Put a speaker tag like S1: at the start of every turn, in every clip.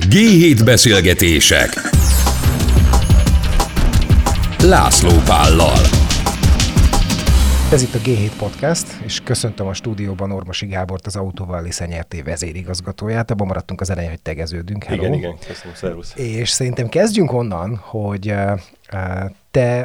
S1: G7 beszélgetések László Pállal.
S2: Ez itt a G7 Podcast, és köszöntöm a stúdióban Ormosi Gábort, az Autovallis Nyrt. Vezérigazgatóját. Abban maradtunk az elején, hogy tegeződünk. Hello.
S3: Igen, köszönöm, szervusz.
S2: És szerintem kezdjünk onnan, hogy te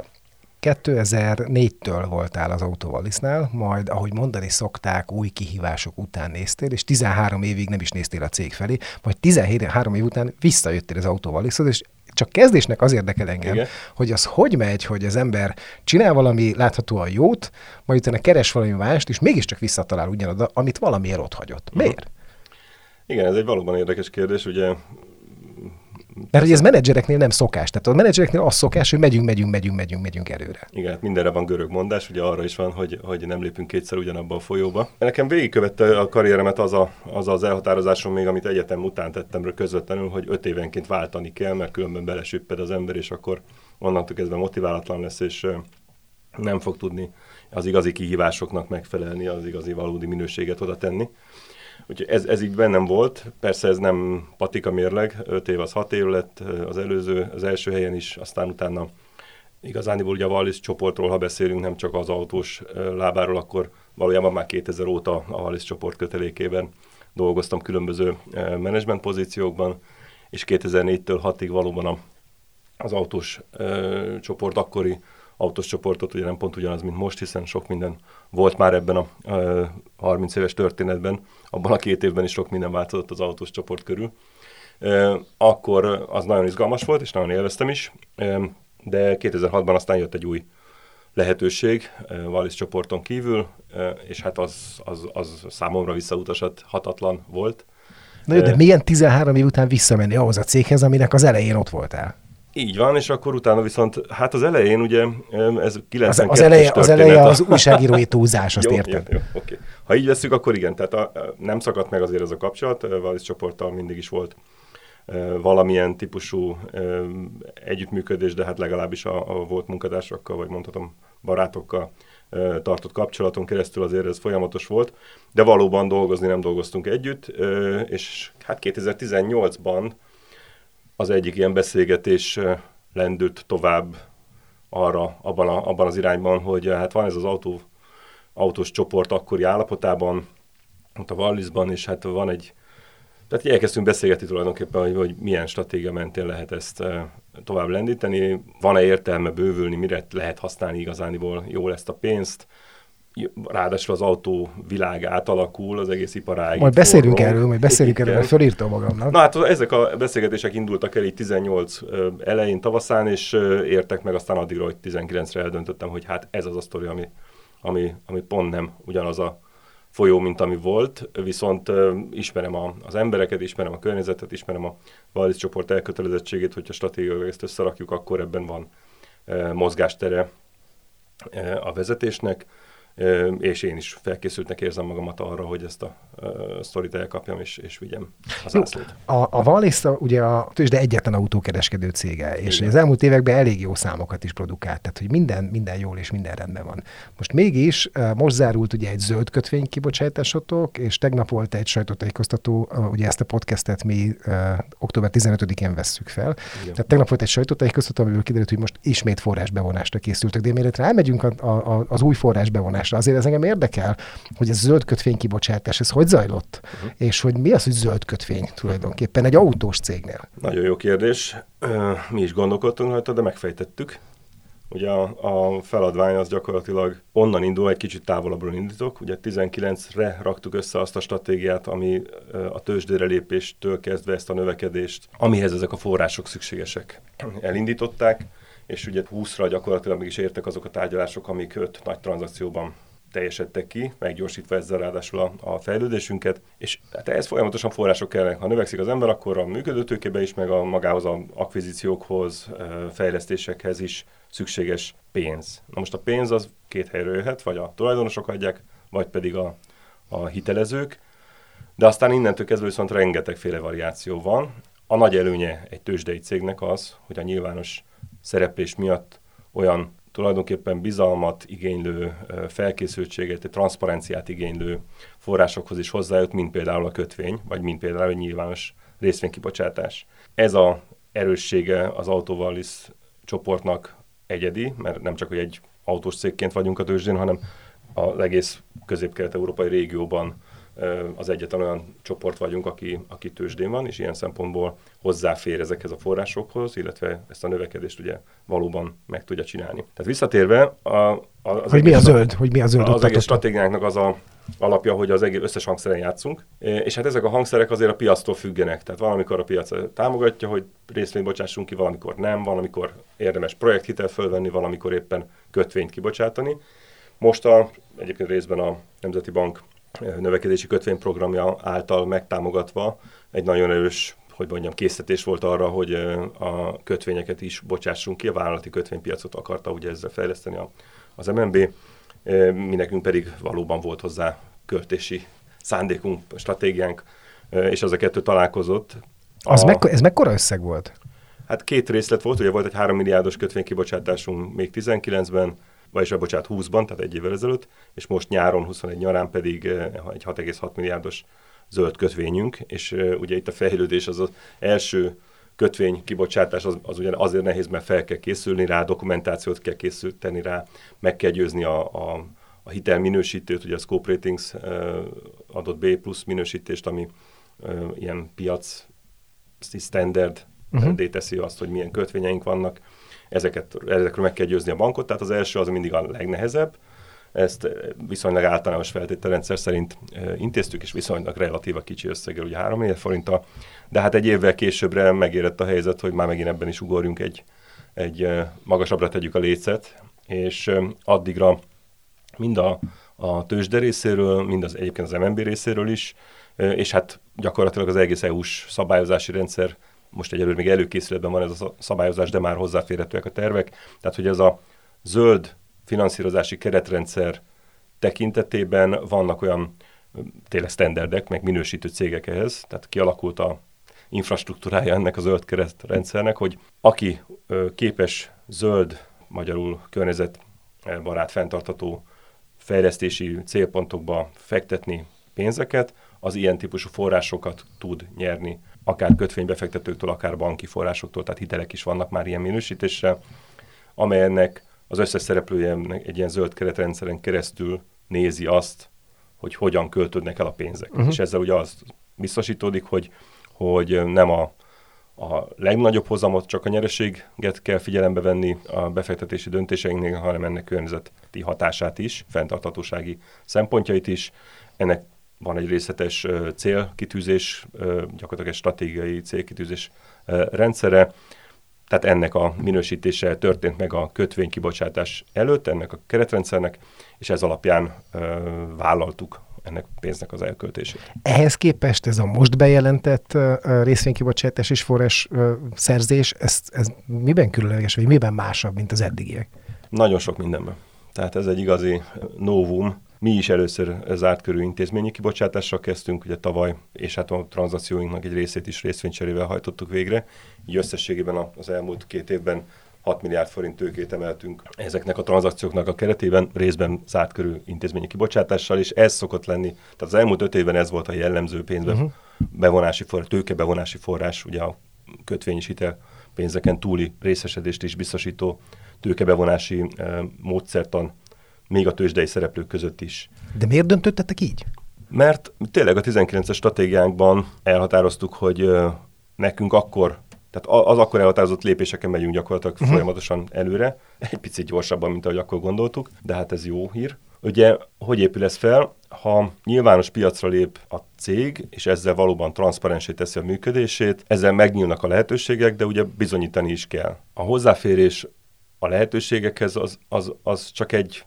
S2: 2004-től voltál az Autovallisnál, majd, ahogy mondani szokták, új kihívások után néztél, és 13 évig nem is néztél a cég felé, majd 13 év után visszajöttél az Autovallishoz, és csak kezdésnek az érdekel engem, igen, hogy az hogy megy, hogy az ember csinál valami láthatóan jót, majd utána keres valami mást, és mégiscsak visszatalál ugyanoda, amit valamiért ott hagyott. Miért?
S3: Igen, ez egy valóban érdekes kérdés, ugye.
S2: Mert hogy ez menedzsereknél nem szokás. Tehát a menedzsereknél az szokás, hogy megyünk előre.
S3: Igen, hát mindenre van görög mondás, ugye arra is van, hogy nem lépünk kétszer ugyanabba a folyóba. Nekem végigkövette a karrieremet az elhatározásom még, amit egyetem után tettem közvetlenül, hogy 5 évenként váltani kell, mert különben belesüpped az ember, és akkor onnantól kezdve motiválatlan lesz, és nem fog tudni az igazi kihívásoknak megfelelni, az igazi valódi minőséget oda tenni. Úgyhogy ez így bennem volt, persze ez nem patika mérleg, 5 év az 6 év lett, az első helyen is, aztán utána igazániból ugye a Wallis csoportról, ha beszélünk, nem csak az autós lábáról, akkor valójában már 2000 óta a Wallis csoport kötelékében dolgoztam különböző menedzsment pozíciókban, és 2004-től 6-ig valóban az autós csoport, akkori autós csoportot, ugye nem pont ugyanaz, mint most, hiszen sok minden volt már ebben a 30 éves történetben, abban a 2 évben is sok minden változott az autós csoport körül. Akkor az nagyon izgalmas volt, és nagyon élveztem is, de 2006-ban aztán jött egy új lehetőség Wallis csoporton kívül, és hát az számomra visszautasíthatatlan volt.
S2: Na jó, de milyen 13 év után visszamenni ahhoz a céghez, aminek az elején ott voltál?
S3: Így van, és akkor utána viszont, hát az elején ugye, ez 92-es
S2: az eleje az újságírói túlzás, azt érted.
S3: Jó, oké. Ha így veszük, akkor igen, tehát nem szakadt meg azért ez a kapcsolat, Wallis csoporttal mindig is volt valamilyen típusú együttműködés, de hát legalábbis a volt munkatársakkal, vagy mondhatom barátokkal tartott kapcsolaton keresztül azért ez folyamatos volt, de valóban dolgozni nem dolgoztunk együtt, és hát 2018-ban az egyik ilyen beszélgetés lendült tovább arra, abban az irányban, hogy hát van ez az autós csoport akkori állapotában, ott a Wallisban, és hát van tehát elkezdtünk beszélgetni tulajdonképpen, hogy milyen stratégia mentén lehet ezt tovább lendíteni, van-e értelme bővülni, mire lehet használni igazániból jól ezt a pénzt, ráadásul az autóvilág átalakul, az egész iparág.
S2: Majd beszélünk erről, mert fölírtam magamnak.
S3: Na hát ezek a beszélgetések indultak el így 18 elején, tavaszán, és értek meg aztán addigra, hogy 19-re eldöntöttem, hogy hát ez az a sztori, ami pont nem ugyanaz a folyó, mint ami volt, viszont ismerem az embereket, ismerem a környezetet, ismerem a Wallis csoport elkötelezettségét, hogyha stratégiailag ezt összerakjuk, akkor ebben van mozgástere a vezetésnek, és én is felkészültnek érzem magamat arra, hogy ezt a sztorit elkapjam és vigyem az ászlót.
S2: A Wallis ugye a tőzsde egyetlen autókereskedő cége, és az elmúlt években elég jó számokat is produkált, tehát hogy minden jól és minden rendben van. Most mégis most zárult ugye egy zöld kötvény kibocsátásotok, és tegnap volt egy sajtótájékoztató, ugye ezt a podcastet mi október 15-én vesszük fel. Igen. Tehát tegnap volt egy sajtótájékoztató, amiből kiderült, hogy most ismét forrásbevonásra készültek, de mielőtt rámegyünk az új forrásbevonásra, azért ez engem érdekel, hogy ez zöld kötvény kibocsátás, ez hogy zajlott? És hogy mi az, hogy zöld kötvény tulajdonképpen egy autós cégnél?
S3: Nagyon jó kérdés. Mi is gondolkodtunk rajta, de megfejtettük. Ugye a feladvány az gyakorlatilag onnan indul, egy kicsit távolabbról indítok. Ugye 19-re raktuk össze azt a stratégiát, ami a tőzsdére lépéstől kezdve ezt a növekedést, amihez ezek a források szükségesek. Elindították, és ugye 20-ra gyakorlatilag meg is értek azok a tárgyalások, amik 5 nagy tranzakcióban teljesedtek ki, meggyorsítva ezzel ráadásul a fejlődésünket, és hát ehhez folyamatosan források kellene. Ha növekszik az ember, akkor a működőtőkébe is, meg magához az akvizíciókhoz, fejlesztésekhez is szükséges pénz. Na most a pénz az 2 helyről jöhet, vagy a tulajdonosok adják, vagy pedig a hitelezők, de aztán innentől kezdve viszont rengetegféle variáció van. A nagy előnye egy tőzsdei cégnek az, hogy a nyilvános szereplés miatt olyan tulajdonképpen bizalmat igénylő, felkészültséget, transzparenciát igénylő forrásokhoz is hozzájut, mint például a kötvény, vagy mint például egy nyilvános részvénykibocsátás. Ez az erőssége az Autovalis csoportnak egyedi, mert nem csak, hogy egy autós cégként vagyunk a tőzsdén, hanem az egész közép-kelet-európai régióban az egyetlen olyan csoport vagyunk, aki tőzsdén van, és ilyen szempontból hozzáfér ezekhez a forrásokhoz, illetve ezt a növekedést ugye valóban meg tudja csinálni. Tehát visszatérve,
S2: mi a zöld?
S3: Az egész stratégiánknak az a alapja, hogy az egész összes hangszeren játszunk, és hát ezek a hangszerek azért a piactól függenek. Tehát valamikor a piac támogatja, hogy részvényt bocsássunk ki, valamikor nem, valamikor érdemes projekthitel fölvenni, valamikor éppen kötvényt kibocsátani. Most egyébként részben a Nemzeti Bank növekedési kötvényprogramja által megtámogatva egy nagyon erős, késztetés volt arra, hogy a kötvényeket is bocsássunk ki, a vállalati kötvénypiacot akarta ugye ezzel fejleszteni az MNB, mi nekünk pedig valóban volt hozzá költési szándékunk, stratégiánk, és az a kettő találkozott.
S2: Ez mekkora összeg volt?
S3: Hát 2 részlet volt, ugye volt egy 3 milliárdos kötvénykibocsátásunk még 19-ben, vagyis 20-ban, tehát egy évvel ezelőtt, és most nyáron, 21 nyarán pedig egy 6,6 milliárdos zöld kötvényünk, és ugye itt a fejlődés az első kötvénykibocsátás az ugye azért nehéz, mert fel kell készülni rá, dokumentációt kell készíteni rá, meg kell győzni a hitelminősítőt, ugye a Scope Ratings adott B+ minősítést, ami ilyen piac standard teszi azt, hogy milyen kötvényeink vannak, ezekről meg kell győzni a bankot, tehát az első az mindig a legnehezebb, ezt viszonylag általános feltételrendszer szerint intéztük, és viszonylag relatíva kicsi összeggel, ugye 3 milliárd forinttal, de hát egy évvel későbbre megérett a helyzet, hogy már megint ebben is ugorjunk egy magasabbra tegyük a lécet, és addigra mind a tőzsde részéről, mind egyébként az MNB részéről is, és hát gyakorlatilag az egész EU-s szabályozási rendszer, most egyelőre még előkészületben van ez a szabályozás, de már hozzáférhetőek a tervek, tehát hogy ez a zöld finanszírozási keretrendszer tekintetében vannak olyan tényleg standardek, meg minősítő cégek ehhez, tehát kialakult a infrastruktúrája ennek a zöld keretrendszernek, hogy aki képes zöld, magyarul környezetbarát, fenntartható fejlesztési célpontokba fektetni pénzeket, az ilyen típusú forrásokat tud nyerni, akár kötvénybefektetőktől, akár banki forrásoktól, tehát hitelek is vannak már ilyen minősítéssel, amelyennek az összes szereplője egy ilyen zöld keretrendszeren keresztül nézi azt, hogy hogyan költődnek el a pénzek. És ezzel ugye az biztosítódik, hogy nem a legnagyobb hozamot, csak a nyereséget kell figyelembe venni a befektetési döntéseinknél, hanem ennek környezeti hatását is, fenntarthatósági szempontjait is. Ennek van egy részletes célkitűzés, gyakorlatilag egy stratégiai célkitűzés rendszere. Tehát ennek a minősítése történt meg a kötvénykibocsátás előtt, ennek a keretrendszernek, és ez alapján vállaltuk ennek pénznek az elköltését.
S2: Ehhez képest ez a most bejelentett részvénykibocsátás és forrás szerzés, ez miben különleges, vagy miben másabb, mint az eddigiek?
S3: Nagyon sok mindenben. Tehát ez egy igazi novum. Mi is először zárt körű intézményi kibocsátással kezdtünk, ugye tavaly, és hát a tranzakcióinknak egy részét is részvénycserével hajtottuk végre. Így összességében az elmúlt 2 évben 6 milliárd forint tőkét emeltünk ezeknek a tranzakcióknak a keretében, részben zárt körű intézményi kibocsátással, és ez szokott lenni. Tehát az elmúlt 5 évben ez volt a jellemző bevonási forrás, tőkebevonási forrás, ugye a kötvény és hitel pénzeken túli részesedést is biztosító tőkebevonási módszertan, még a tőzsdei szereplők között is.
S2: De miért döntöttetek így?
S3: Mert tényleg a 19-es stratégiánkban elhatároztuk, hogy nekünk akkor, tehát az akkor elhatározott lépéseken megyünk gyakorlatilag folyamatosan előre, egy picit gyorsabban, mint ahogy akkor gondoltuk, de hát ez jó hír. Ugye, hogy épül ez fel? Ha nyilvános piacra lép a cég, és ezzel valóban transzparensé teszi a működését, ezzel megnyílnak a lehetőségek, de ugye bizonyítani is kell. A hozzáférés a lehetőségekhez az csak egy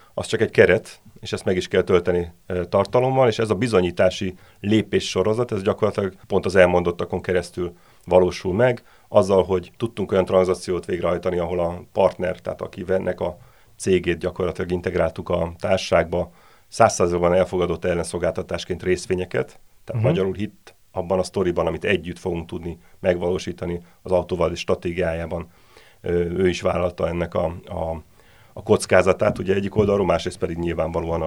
S3: keret, és ezt meg is kell tölteni tartalommal, és ez a bizonyítási lépéssorozat, ez gyakorlatilag pont az elmondottakon keresztül valósul meg, azzal, hogy tudtunk olyan tranzakciót végrehajtani, ahol a partner, tehát akinek a cégét gyakorlatilag integráltuk a társaságba, 100%-ban elfogadott ellenszolgáltatásként részvényeket, tehát magyarul hitt abban a sztoriban, amit együtt fogunk tudni megvalósítani az Autovalis stratégiájában. Ő is vállalta ennek a kockázatát, ugye egyik oldalról, másrészt pedig nyilvánvalóan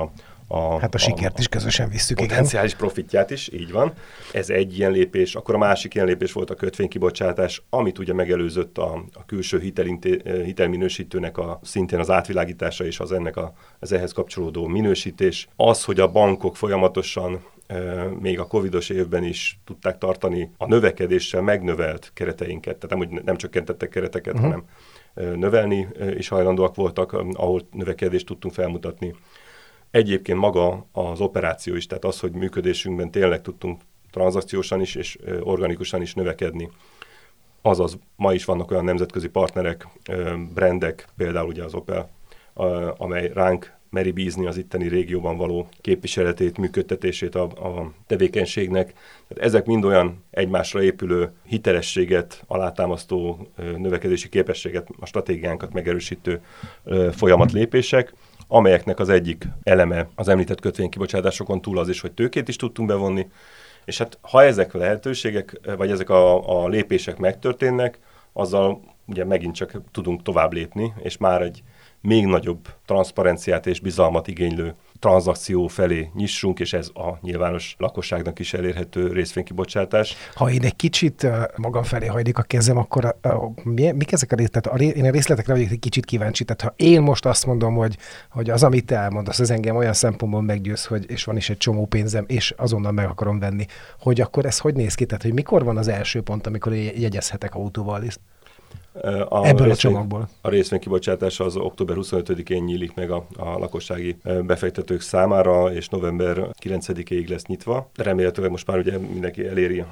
S2: a sikert is közösen visszük,
S3: potenciális profitját is, így van. Ez egy ilyen lépés, akkor a másik ilyen lépés volt a kötvénykibocsátás, amit ugye megelőzött a külső hitelminősítőnek szintén az átvilágítása és az ehhez kapcsolódó minősítés. Az, hogy a bankok folyamatosan még a covidos évben is tudták tartani a növekedéssel megnövelt kereteinket, tehát nem csökkentettek kereteket, hanem növelni is hajlandóak voltak, ahol növekedést tudtunk felmutatni. Egyébként maga az operáció is, tehát az, hogy működésünkben tényleg tudtunk tranzakciósan is és organikusan is növekedni. Azaz, ma is vannak olyan nemzetközi partnerek, brandek, például ugye az Opel, amely ránk meri bízni az itteni régióban való képviseletét, működtetését a tevékenységnek. Tehát ezek mind olyan egymásra épülő hitelességet, alátámasztó növekedési képességet, a stratégiánkat megerősítő folyamatlépések, amelyeknek az egyik eleme az említett kötvénykibocsátásokon túl az is, hogy tőkét is tudtunk bevonni, és hát ha ezek a lehetőségek, vagy ezek a lépések megtörténnek, azzal ugye megint csak tudunk tovább lépni, és már egy még nagyobb transzparenciát és bizalmat igénylő tranzakció felé nyissunk, és ez a nyilvános lakosságnak is elérhető részvénykibocsátás.
S2: Ha én egy kicsit magam felé hajlik a kezem, akkor mik ezek a részletek? Én a részletekre vagyok egy kicsit kíváncsi. Tehát ha én most azt mondom, hogy az, amit te elmondasz, az engem olyan szempontból meggyőz, és van is egy csomó pénzem, és azonnal meg akarom venni, hogy akkor ez hogy néz ki? Tehát, hogy mikor van az első pont, amikor jegyezhetek autóval? Ebből a csomagból.
S3: A részvénykibocsátás az október 25-én nyílik meg a lakossági befektetők számára, és november 9-ig lesz nyitva. Remélhetőleg most már ugye mindenki eléri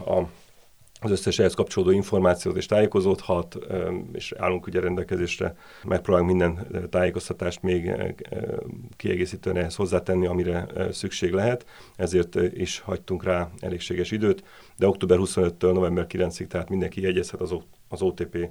S3: az összes ehhez kapcsolódó információt és tájékozódhat, és állunk ugye rendelkezésre, megpróbálunk minden tájékoztatást még kiegészítően ehhez hozzátenni, amire szükség lehet, ezért is hagytunk rá elégséges időt, de október 25-től november 9-ig, tehát mindenki jegyezhet az OTP,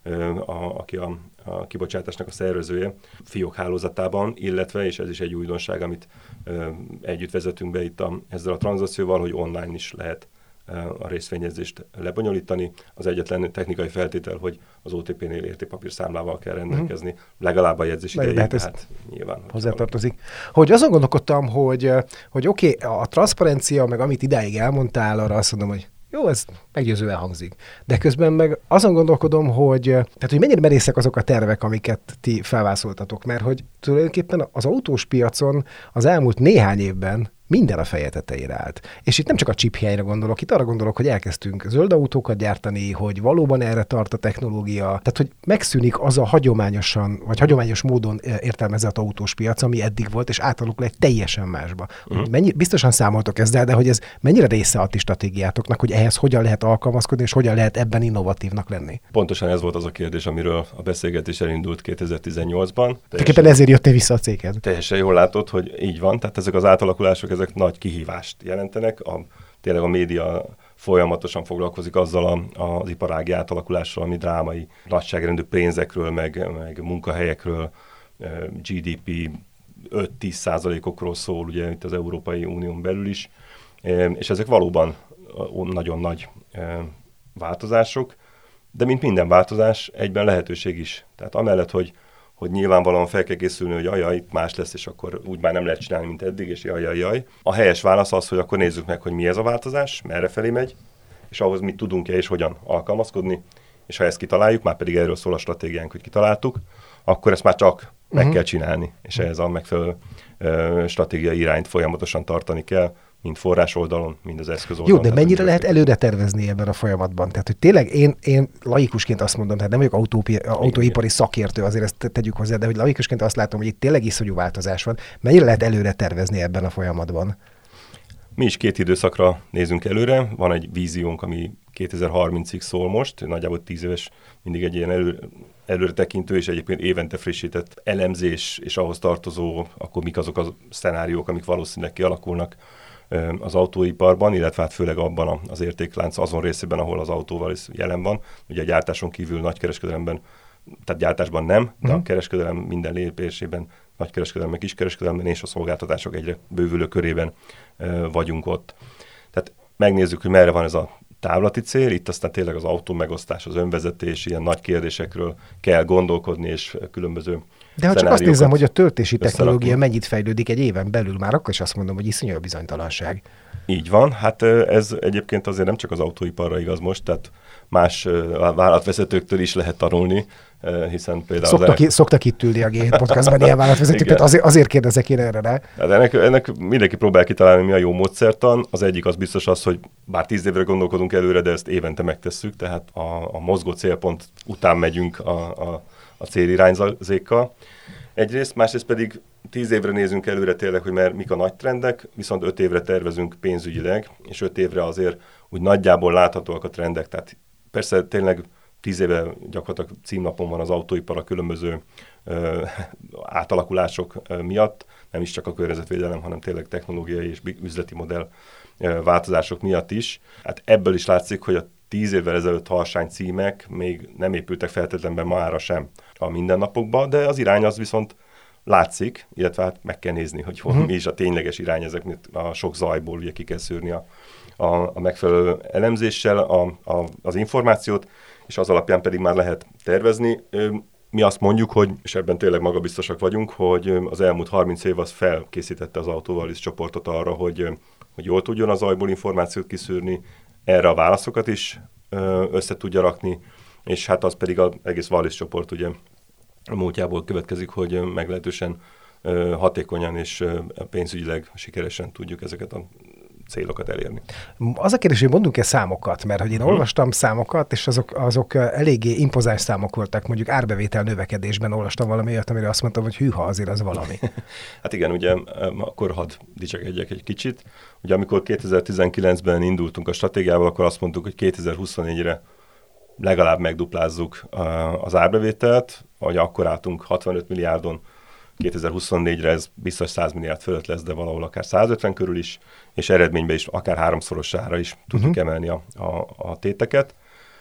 S3: aki a kibocsátásnak a szervezője, fiók hálózatában, illetve, és ez is egy újdonság, amit együtt vezetünk be itt ezzel a tranzakcióval, hogy online is lehet a részvényezést lebonyolítani. Az egyetlen technikai feltétel, hogy az OTP-nél értékpapírszámlával kell rendelkezni, legalább a jegyzés idején, tehát nyilván
S2: hozzátartozik. Hogy azon gondolkodtam, hogy oké, a transzparencia, meg amit idáig elmondtál, arra azt mondom, hogy jó, ez meggyőzően hangzik. De közben meg azon gondolkodom, hogy mennyire merészek azok a tervek, amiket ti felvázoltatok, mert hogy tulajdonképpen az autós piacon az elmúlt néhány évben minden a feje tetejére állt. És itt nem csak a chiphiányra gondolok, itt arra gondolok, hogy elkezdtünk zöld autókat gyártani, hogy valóban erre tart a technológia, tehát hogy megszűnik az a hagyományosan, vagy hagyományos módon értelmezett autós piac, ami eddig volt, és átalakul egy teljesen másba. Biztosan számoltok ezzel, de hogy ez mennyire része a ti stratégiátok, hogy ehhez hogyan lehet alkalmazkodni, és hogyan lehet ebben innovatívnak lenni?
S3: Pontosan ez volt az a kérdés, amiről a beszélgetés elindult 2018-ban.
S2: Éppen ezért jöttél vissza a céghez.
S3: Teljesen jól látod, hogy így van, tehát ezek az átalakulások, ezek nagy kihívást jelentenek. Tényleg a média folyamatosan foglalkozik azzal az iparági átalakulással, ami drámai nagyságrendű pénzekről, meg munkahelyekről, GDP 5-10%-okról szól, ugye itt az Európai Unión belül is, és ezek valóban nagyon nagy változások, de mint minden változás, egyben lehetőség is. Tehát amellett, hogy nyilvánvalóan fel kell készülni, hogy jaj, itt más lesz, és akkor úgy már nem lehet csinálni, mint eddig, és jaj. A helyes válasz az, hogy akkor nézzük meg, hogy mi ez a változás, merre felé megy, és ahhoz mit tudunk-e és hogyan alkalmazkodni, és ha ezt kitaláljuk, már pedig erről szól a stratégiánk, hogy kitaláltuk, akkor ezt már csak meg kell csinálni, és ehhez a megfelelő stratégiai irányt folyamatosan tartani kell, mind forrás oldalon, mind az eszköz oldalon.
S2: Jó, de mennyire lehet előre tervezni ebben a folyamatban? Tehát, hogy tényleg én laikusként azt mondom, tehát nem vagyok autóipari szakértő, azért ezt tegyük hozzá, de hogy laikusként azt látom, hogy itt tényleg iszonyú változás van. Mennyire lehet előre tervezni ebben a folyamatban?
S3: Mi is 2 időszakra nézünk előre. Van egy víziónk, ami 2030-ig szól most, nagyjából 10 éves, mindig egy ilyen előre tekintő, és egyébként évente frissített elemzés, és ahhoz tartozó, akkor mik azok a szenáriók, amik valószínűleg kialakulnak az autóiparban, illetve hát főleg abban az értéklánc azon részében, ahol az autóval is jelen van. Ugye a gyártáson kívül nagykereskedelemben, tehát gyártásban nem, de a kereskedelem minden lépésében, nagykereskedelemben, kiskereskedelemben és a szolgáltatások egyre bővülő körében vagyunk ott. Tehát megnézzük, hogy merre van ez a távlati cél, itt aztán tényleg az autó megosztás, az önvezetés, ilyen nagy kérdésekről kell gondolkodni, és különböző
S2: De ha csak azt nézem, hogy a töltési technológia
S3: összerakni.
S2: mennyit fejlődik egy éven belül, már akkor is azt mondom, hogy iszonyú a bizonytalanság.
S3: Így van, hát ez egyébként azért nem csak az autóiparra igaz most, tehát más vállalatvezetőktől is lehet tanulni, hiszen például...
S2: Szoktak itt ülni a G7 podcastban ilyen vállalatvezetők, tehát azért kérdezek én erre rá.
S3: Hát ennek mindenki próbál kitalálni, mi a jó módszertan. Az egyik az biztos az, hogy bár 10 évre gondolkodunk előre, de ezt évente megtesszük, tehát a mozgó célpont után megyünk a célirányzékkal. Egyrészt, másrészt pedig 10 évre nézünk előre tényleg, hogy mik a nagy trendek, viszont 5 évre tervezünk pénzügyileg, és 5 évre azért úgy nagyjából láthatóak a trendek. Tehát persze tényleg 10 éve gyakorlatilag címlapon van az autóipar a különböző átalakulások miatt, nem is csak a környezetvédelem, hanem tényleg technológiai és üzleti modell változások miatt is. Hát ebből is látszik, hogy a 10 évvel ezelőtt harsány címek még nem épültek feltétlenben mára sem a mindennapokban, de az irány az viszont látszik, illetve hát meg kell nézni, hogy mi is a tényleges irány, ezek a sok zajból ugye ki kell szűrni a megfelelő elemzéssel az információt, és az alapján pedig már lehet tervezni. Mi azt mondjuk, hogy, és ebben tényleg magabiztosak vagyunk, hogy az elmúlt 30 év az felkészítette az Autovalis csoportot arra, hogy jól tudjon az zajból információt kiszűrni, erre a válaszokat is össze tudja rakni, és hát az pedig az egész Wallis csoport ugye a múltjából következik, hogy meglehetősen hatékonyan és pénzügyileg sikeresen tudjuk ezeket a célokat elérni.
S2: Az a kérdés, hogy mondunk-e számokat, mert hogy én olvastam számokat, és azok eléggé impozáns számok voltak, mondjuk árbevétel növekedésben olvastam valami olyat, amire azt mondtam, hogy hűha, azért az valami.
S3: Hát igen, ugye akkor hadd dicsekedjek egy kicsit. Ugye amikor 2019-ben indultunk a stratégiával, akkor azt mondtuk, hogy 2024-re legalább megduplázzuk az árbevételt, hogy akkor álltunk 65 milliárdon, 2024-re ez biztos 100 milliárd fölött lesz, de valahol akár 150 körül is, és eredményben is akár háromszorosára is tudjuk emelni a téteket.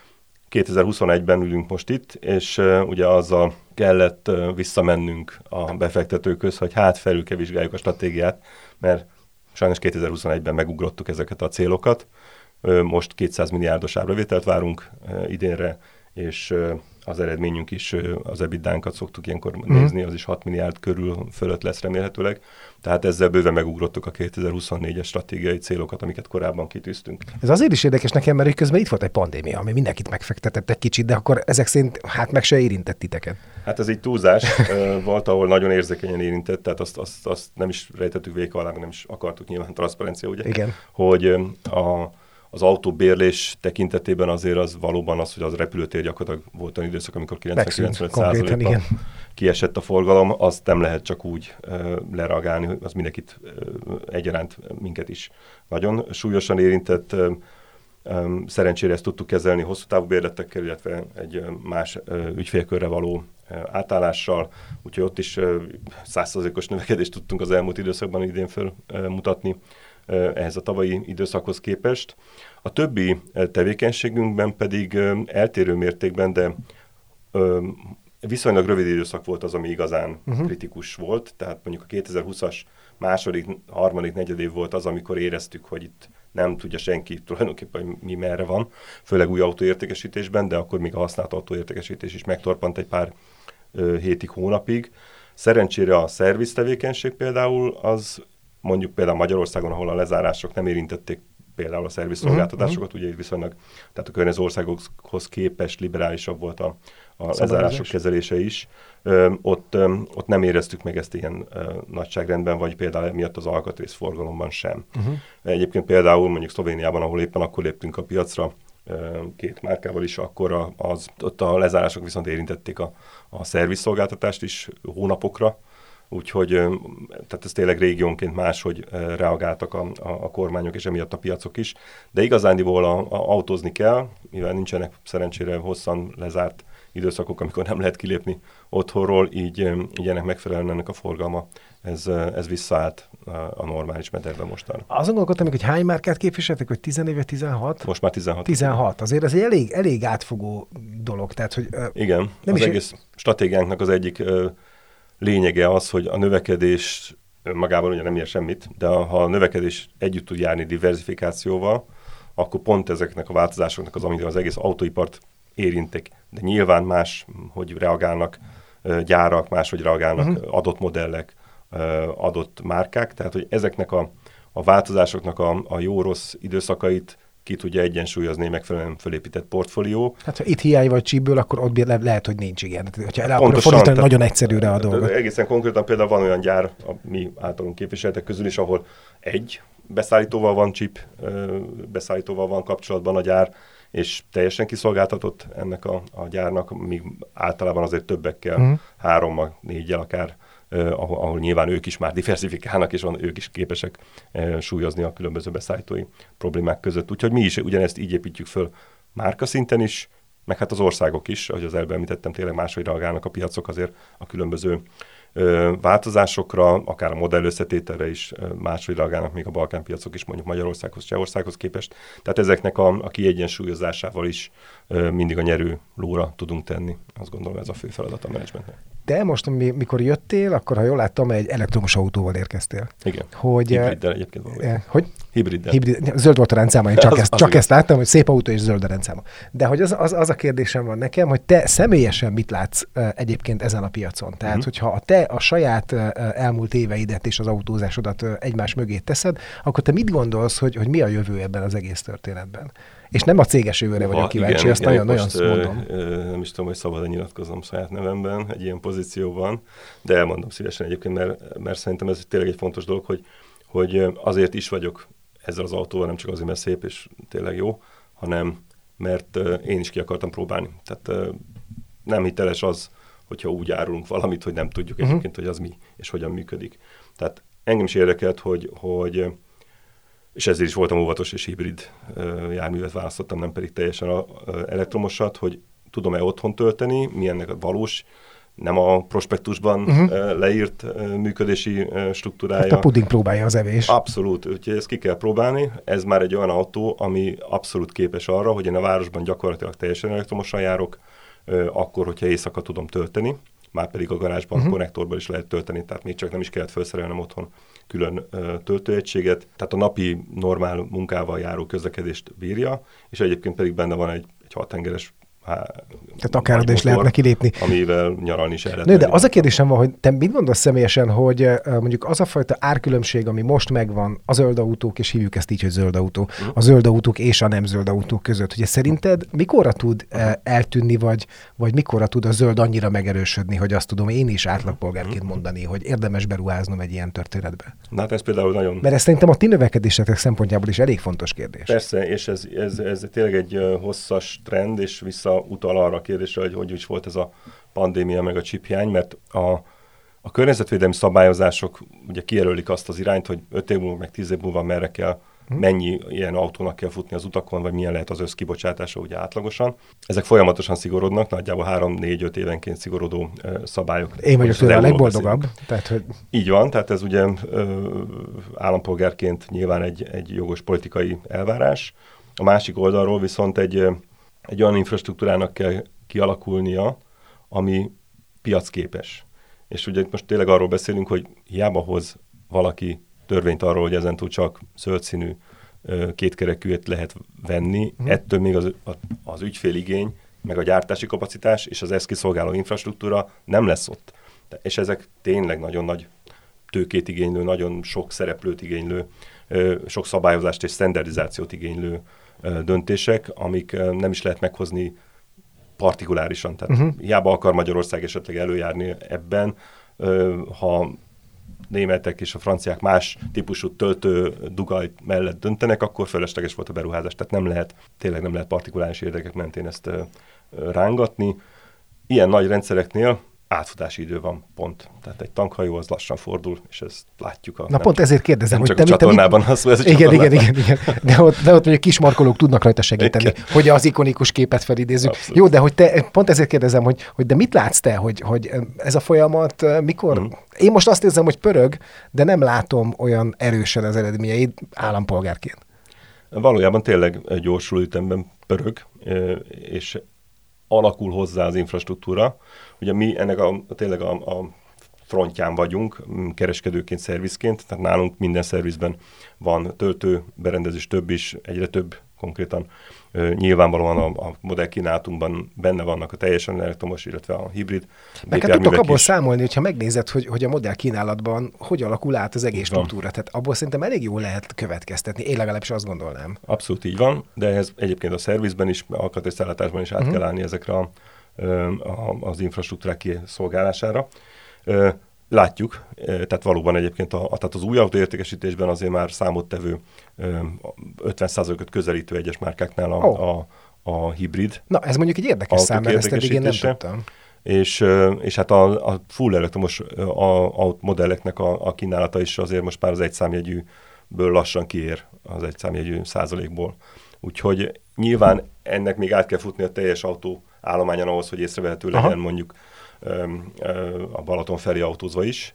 S3: 2021-ben ülünk most itt, és ugye azzal kellett visszamennünk a befektetőkhöz, hogy hát felül kell vizsgáljuk a stratégiát, mert sajnos 2021-ben megugrottuk ezeket a célokat. Most 200 milliárdos árbevételt várunk idénre, és az eredményünk is, az EBITDA-nkat szoktuk ilyenkor nézni, az is 6 milliárd körül fölött lesz remélhetőleg. Tehát ezzel bőven megugrottuk a 2024-es stratégiai célokat, amiket korábban kitűztünk.
S2: Ez azért is érdekes nekem, mert közben itt volt egy pandémia, ami mindenkit megfektetett egy kicsit, de akkor ezek szerint hát meg se érintett titeket. Hát
S3: ez egy túlzás volt, ahol nagyon érzékenyen érintett, tehát azt nem is rejtettük véka alá, nem is akartuk, nyilván transzparencia, ugye?
S2: Igen.
S3: Hogy az autóbérlés tekintetében azért az valóban az, hogy az repülőtér gyakorlatilag volt olyan időszak, amikor 90-95%-ban kiesett a forgalom, azt nem lehet csak úgy lereagálni, hogy az mindenkit egyaránt minket is nagyon súlyosan érintett. Szerencsére ezt tudtuk kezelni hosszú távú bérletekkel, illetve egy más ügyfélkörre való átállással, úgyhogy ott is 100%-os növekedést tudtunk az elmúlt időszakban idén felmutatni ehhez a tavalyi időszakhoz képest. A többi tevékenységünkben pedig eltérő mértékben, de viszonylag rövid időszak volt az, ami igazán kritikus volt, tehát mondjuk a 2020-as második, harmadik, negyedév volt az, amikor éreztük, hogy itt nem tudja senki tulajdonképpen, hogy mi merre van, főleg új autóértékesítésben, de akkor még a használt autóértékesítés is megtorpant egy pár hétig, hónapig. Szerencsére a szerviz tevékenység például az mondjuk például Magyarországon, ahol a lezárások nem érintették például a szervizszolgáltatásokat, ugye viszonylag, tehát a környező országokhoz képest liberálisabb volt a lezárások kezelése is. Ott nem éreztük meg ezt ilyen nagyságrendben, vagy például miatt az alkatrészforgalomban sem. Egyébként például mondjuk Szlovéniában, ahol éppen akkor léptünk a piacra, két márkával is, akkor ott a lezárások viszont érintették a szervizszolgáltatást is hónapokra, úgyhogy tehát ez tényleg régiónként máshogy reagáltak a kormányok, és emiatt a piacok is. De igazándiból autózni kell, mivel nincsenek szerencsére hosszan lezárt időszakok, amikor nem lehet kilépni otthonról, így ennek megfelelően ennek a forgalma, ez visszaállt a normális mederbe mostanra.
S2: Azon gondolkodtam, hogy hány márkát képviseltek, hogy 10 éve 16?
S3: Most már 16.
S2: 16. Azért ez egy elég átfogó dolog. Tehát, hogy,
S3: igen, az egész stratégiánknak az egyik lényege az, hogy a növekedés magában ugye nem ér semmit, de ha a növekedés együtt tud járni diversifikációval, akkor pont ezeknek a változásoknak az, amit az egész autóipart érintik, de nyilván más, hogy reagálnak gyárak máshogy reagálnak, adott modellek, adott márkák, tehát hogy ezeknek a változásoknak a jó-rossz időszakait ki tudja egyensúlyozni megfelelően fölépített portfólió.
S2: Hát ha itt hiány vagy csípből, akkor ott lehet, hogy nincs igen. Hogyha el akarod fordítani, nagyon egyszerűre a dolgot.
S3: Egészen konkrétan például van olyan gyár, a mi általunk képviseltek közül is, ahol egy beszállítóval van chip, beszállítóval van kapcsolatban a gyár, és teljesen kiszolgáltatott ennek a gyárnak, míg általában azért többekkel, 3-mal, 4-jel akár, ahol nyilván ők is már diversifikálnak, és ők is képesek súlyozni a különböző beszállítói problémák között. Úgyhogy mi is ugyanezt így építjük föl márka szinten is, meg hát az országok is, ahogy az előbb említettem, tényleg máshogy reagálnak a piacok azért a különböző változásokra, akár a modell összetételre is máshogy reagálnak még a Balkán piacok is, mondjuk Magyarországhoz, Csehországhoz képest. Tehát ezeknek a kiegyensúlyozásával is mindig a nyerő lóra tudunk tenni. Azt gondolom, ez a fő feladat a menedzsmentnek.
S2: De most, mikor jöttél, akkor, ha jól láttam, egy elektromos autóval érkeztél.
S3: Igen. Hibriddel egyébként valójában.
S2: Hogy?
S3: Hibriddel.
S2: Zöld volt a rendszáma, én csak ezt láttam, hogy szép autó és zöld a rendszáma. De hogy az a kérdésem van nekem, hogy te személyesen mit látsz egyébként ezen a piacon? Tehát, hogyha te a saját elmúlt éveidet és az autózásodat egymás mögé teszed, akkor te mit gondolsz, hogy mi a jövő ebben az egész történetben? És nem a céges jövőre vagyok kíváncsi, azt nagyon mondom.
S3: Nem is tudom, hogy szabad-e nyilatkoznom saját nevemben egy ilyen pozícióban, de elmondom szívesen egyébként, mert szerintem ez tényleg egy fontos dolog, hogy azért is vagyok ezzel az autóval, nem csak azért, mert szép és tényleg jó, hanem mert én is ki akartam próbálni. Tehát nem hiteles az, hogyha úgy árulunk valamit, hogy nem tudjuk egyébként, hogy az mi, és hogyan működik. Tehát engem is érdekelt, hogy és ezért is voltam óvatos, és hibrid járművet választottam, nem pedig teljesen elektromosat, hogy tudom-e otthon tölteni, mi ennek a valós, nem a prospektusban leírt működési struktúrája.
S2: Hát a puding próbálja az evés.
S3: Abszolút, úgyhogy ezt ki kell próbálni. Ez már egy olyan autó, ami abszolút képes arra, hogy én a városban gyakorlatilag teljesen elektromosan járok, akkor, hogyha éjszaka tudom tölteni, már pedig a garázsban, konnektorban is lehet tölteni, tehát még csak nem is kellett felszerelnem otthon külön töltőegységet. Tehát a napi normál munkával járó közlekedést bírja, és egyébként pedig benne van egy 6 tengeres
S2: tehát akár oda is lehetne kilépni.
S3: Amivel nyaralni is el lehet.
S2: De az a kérdésem van, hogy te mit gondolsz személyesen, hogy mondjuk az a fajta árkülönbség, ami most megvan a zöld autók, és hívjuk ezt így, hogy zöld autó, a zöld autók és a nem zöld autók között, hogy szerinted mikorra tud eltűnni, vagy mikorra tud a zöld annyira megerősödni, hogy azt tudom én is átlagpolgárként mondani, hogy érdemes beruháznom egy ilyen történetbe?
S3: Na hát ez például nagyon...
S2: Mert ez szerintem a ti növekedésetek szempontjából is elég fontos kérdés.
S3: Persze, és ez tényleg egy hosszas trend, és visszautal arra a kérdésre, hogy is volt ez a pandémia meg a chiphiány, mert a környezetvédelmi szabályozások ugye kijelölik azt az irányt, hogy 5 év múlva, meg 10 év múlva merre kell, mennyi ilyen autónak kell futni az utakon, vagy milyen lehet az összkibocsátása ugye átlagosan. Ezek folyamatosan szigorodnak, nagyjából 3-4-5 évenként szigorodó szabályok.
S2: Én vagyok tőle a legboldogabb. Tehát, hogy...
S3: Így van, tehát ez ugye állampolgárként nyilván egy jogos politikai elvárás. A másik oldalról viszont egy olyan infrastruktúrának kell kialakulnia, ami piacképes. És ugye most tényleg arról beszélünk, hogy hiába hoz valaki törvényt arról, hogy ezentúl csak zöldszínű kétkerekűet lehet venni, ettől még az ügyféligény, meg a gyártási kapacitás és az ezt kiszolgáló infrastruktúra nem lesz ott. És ezek tényleg nagyon nagy tőkét igénylő, nagyon sok szereplőt igénylő, sok szabályozást és standardizációt igénylő döntések, amik nem is lehet meghozni partikulárisan. Tehát hiába akar Magyarország esetleg előjárni ebben, ha németek és a franciák más típusú töltő dugaj mellett döntenek, akkor felesleges volt a beruházás. Tehát tényleg nem lehet partikuláris érdekek mentén ezt rángatni. Ilyen nagy rendszereknél átfutási idő van, pont. Tehát egy tankhajó az lassan fordul, és ezt látjuk.
S2: Na pont ezért kérdezem,
S3: hogy te csatornában
S2: Igen. De ott mondjuk kismarkolók tudnak rajta segíteni, igen, hogy az ikonikus képet felidézzük. Abszolút. Jó, de hogy te, pont ezért kérdezem, hogy de mit látsz te, hogy ez a folyamat mikor... Én most azt érzem, hogy pörög, de nem látom olyan erősen az eredményeit állampolgárként.
S3: Valójában tényleg gyorsuló ütemben pörög, és alakul hozzá az infrastruktúra. Ugye mi ennek tényleg a frontján vagyunk, kereskedőként, szervizként, tehát nálunk minden szervizben van töltő, berendezés több is, egyre több konkrétan. Nyilvánvalóan a modellkínálatunkban benne vannak a teljesen elektromos, illetve a hibrid.
S2: Meg hát tudtok abból számolni, hogyha megnézed, hogy a modellkínálatban hogy alakul át az egész struktúra. Tehát abból szerintem elég jól lehet következtetni. Én legalábbis azt gondolnám.
S3: Abszolút így van, de ehhez egyébként a szervizben is, alkatrészszállításban is át kell állni ezekre az infrastruktúrák kiszolgálására. Látjuk, tehát valóban egyébként tehát az új autóértékesítésben azért már számottevő 50%-ot közelítő egyes márkáknál a hibrid.
S2: Na, ez mondjuk egy érdekes szám, mert ezt eddig én nem tudtam.
S3: És hát a full elektromos modelleknek a kínálata is azért most már az egyszámjegyűből lassan kiér az egyszámjegyű százalékból. Úgyhogy nyilván ennek még át kell futni a teljes autó állományon ahhoz, hogy észrevehető legyen mondjuk a Balaton felé autózva is,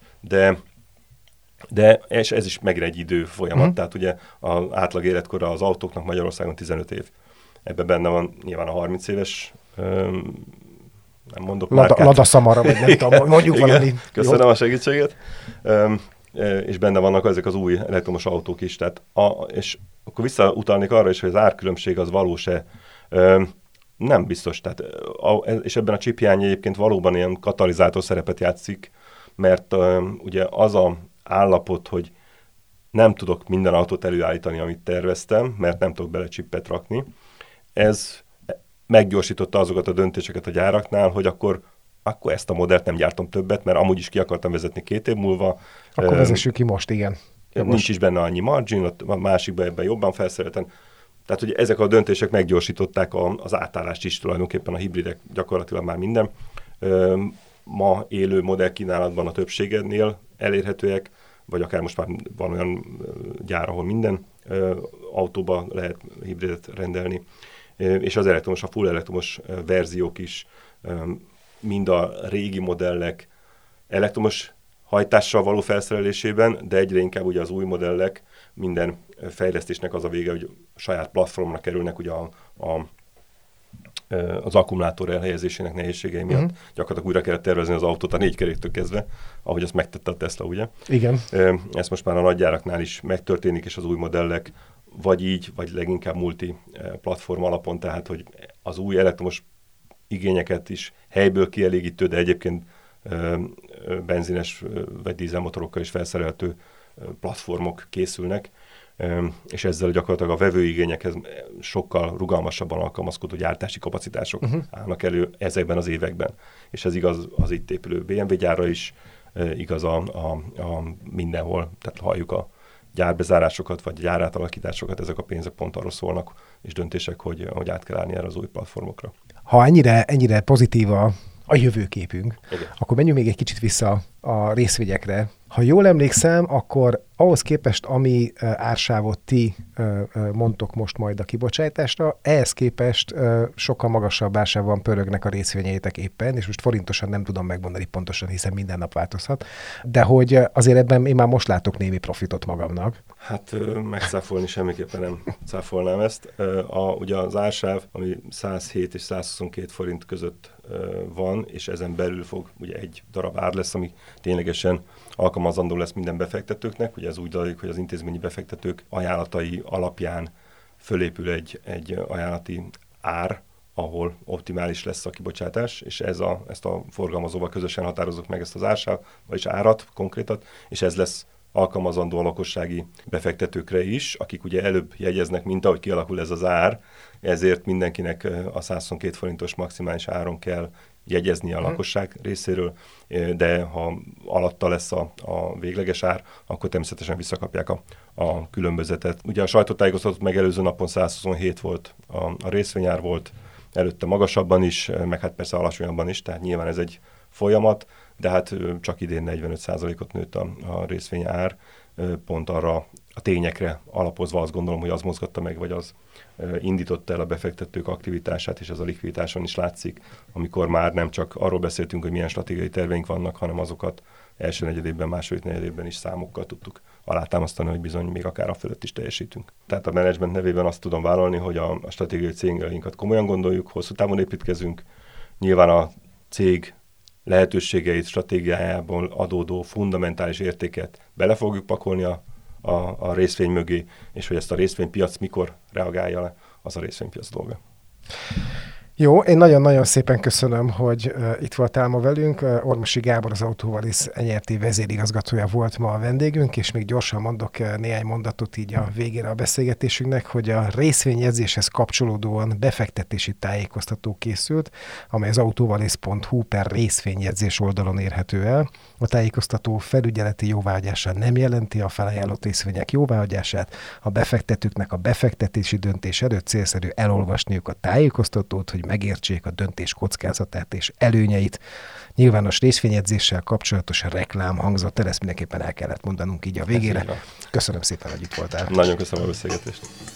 S3: de és ez is megint egy idő folyamat, tehát ugye az átlag életkora az autóknak Magyarországon 15 év. Ebben benne van nyilván a 30 éves, nem mondok márkát.
S2: Lada Samara, vagy nem tudom, mondjuk valami.
S3: Köszönöm a segítséget. És benne vannak ezek az új elektromos autók is. Tehát és akkor visszautalnék arra is, hogy az árkülönbség az valós-e. Nem biztos. Tehát, és ebben a chiphiány egyébként valóban ilyen katalizátor szerepet játszik, mert ugye az a állapot, hogy nem tudok minden autót előállítani, amit terveztem, mert nem tudok bele chipet rakni, ez meggyorsította azokat a döntéseket a gyáraknál, hogy akkor ezt a modellt nem gyártom többet, mert amúgy is ki akartam vezetni 2 év múlva.
S2: Akkor vezessük ki most, igen.
S3: Nincs is benne annyi margin, a másikban ebben jobban felszerelten. Tehát, hogy ezek a döntések meggyorsították az átállást is tulajdonképpen a hibridek gyakorlatilag már minden. Ma élő modellkínálatban a többségednél elérhetőek, vagy akár most már van olyan gyár, ahol minden autóba lehet hibridet rendelni. És az elektromos, a full elektromos verziók is, mind a régi modellek elektromos hajtással való felszerelésében, de egyre inkább ugye az új modellek, minden fejlesztésnek az a vége, hogy saját platformra kerülnek, ugye az akkumulátor elhelyezésének nehézségei miatt. Gyakorlatilag újra kellett tervezni az autót a 4 keréktől kezdve, ahogy azt megtette a Tesla, ugye?
S2: Igen.
S3: Ez most már a nagygyáraknál is megtörténik, és az új modellek vagy így, vagy leginkább multi-platform alapon, tehát hogy az új elektromos igényeket is helyből kielégítő, de egyébként benzines vagy dízelmotorokkal is felszerelhető platformok készülnek, és ezzel gyakorlatilag a vevőigényekhez sokkal rugalmasabban alkalmazkodó gyártási kapacitások állnak elő ezekben az években. És ez igaz az itt épülő BMW gyárra is, igaz a mindenhol, tehát halljuk a gyárbezárásokat, vagy gyárátalakításokat, ezek a pénzek pont arról szólnak, és döntések, hogy át kell állni erre az új platformokra.
S2: Ha ennyire pozitív a jövőképünk, igen, akkor menjünk még egy kicsit vissza a részvényekre. Ha jól emlékszem, akkor ahhoz képest, ami ársávot ti mondtok most majd a kibocsátásra, ehhez képest sokkal magasabb ársávban pörögnek a részvényeitek éppen, és most forintosan nem tudom megmondani pontosan, hiszen minden nap változhat, de hogy azért ebben én már most látok némi profitot magamnak.
S3: Hát megcáfolni semmiképpen nem cáfolnám ezt. Ugye az ársáv, ami 107 és 122 forint között van, és ezen belül fog ugye egy darab ár lesz, ami ténylegesen alkalmazandó lesz minden befektetőknek. Ugye ez úgy zajlik, hogy az intézményi befektetők ajánlatai alapján fölépül egy ajánlati ár, ahol optimális lesz a kibocsátás, és ezt a forgalmazóval közösen határozzuk meg ezt az ársáv, vagyis árat konkrétat, és ez lesz alkalmazandó a lakossági befektetőkre is, akik ugye előbb jegyeznek, mint ahogy kialakul ez az ár, ezért mindenkinek a 122 forintos maximális áron kell jegyezni a lakosság részéről, de ha alatta lesz a végleges ár, akkor természetesen visszakapják a különbözetet. Ugye a sajtótájékoztatót megelőző napon 127 volt a részvényár volt, előtte magasabban is, meg hát persze alacsonyabban is, tehát nyilván ez egy folyamat, de hát csak idén 45%-ot nőtt a részvényár, pont arra a tényekre alapozva azt gondolom, hogy az mozgatta meg, vagy az indította el a befektetők aktivitását, és ez a likviditáson is látszik, amikor már nem csak arról beszéltünk, hogy milyen stratégiai terveink vannak, hanem azokat első negyedében, második negyedében is számokkal tudtuk alátámasztani, hogy bizony még akár a fölött is teljesítünk. Tehát a menedzsment nevében azt tudom vállalni, hogy a stratégiai céljainkat komolyan gondoljuk, hosszú távon építkezünk. Nyilván a cég lehetőségeit, stratégiájából adódó fundamentális értéket bele fogjuk pakolni a részvény mögé, és hogy ezt a részvénypiac mikor reagálja le, az a részvénypiac dolga.
S2: Jó, én nagyon-nagyon szépen köszönöm, hogy itt voltál ma velünk. Ormosi Gábor, az Autovalis NRT vezérigazgatója volt ma a vendégünk, és még gyorsan mondok néhány mondatot így a végére a beszélgetésünknek, hogy a részvényjegyzéshez kapcsolódóan befektetési tájékoztató készült, amely az autovalis.hu/részvényjegyzés oldalon érhető el. A tájékoztató felügyeleti jóváhagyása nem jelenti a felajánlott részvények jóváhagyását. A befektetőknek a befektetési döntés előtt célszerű elolvasniuk a tájékoztatót, hogy megértsék a döntés kockázatát és előnyeit. Nyilvános részvényjegyzéssel kapcsolatos reklám hangzott el, ezt mindenképpen el kellett mondanunk így a végére. Köszönöm szépen, hogy itt voltál.
S3: Nagyon köszönöm a beszélgetést.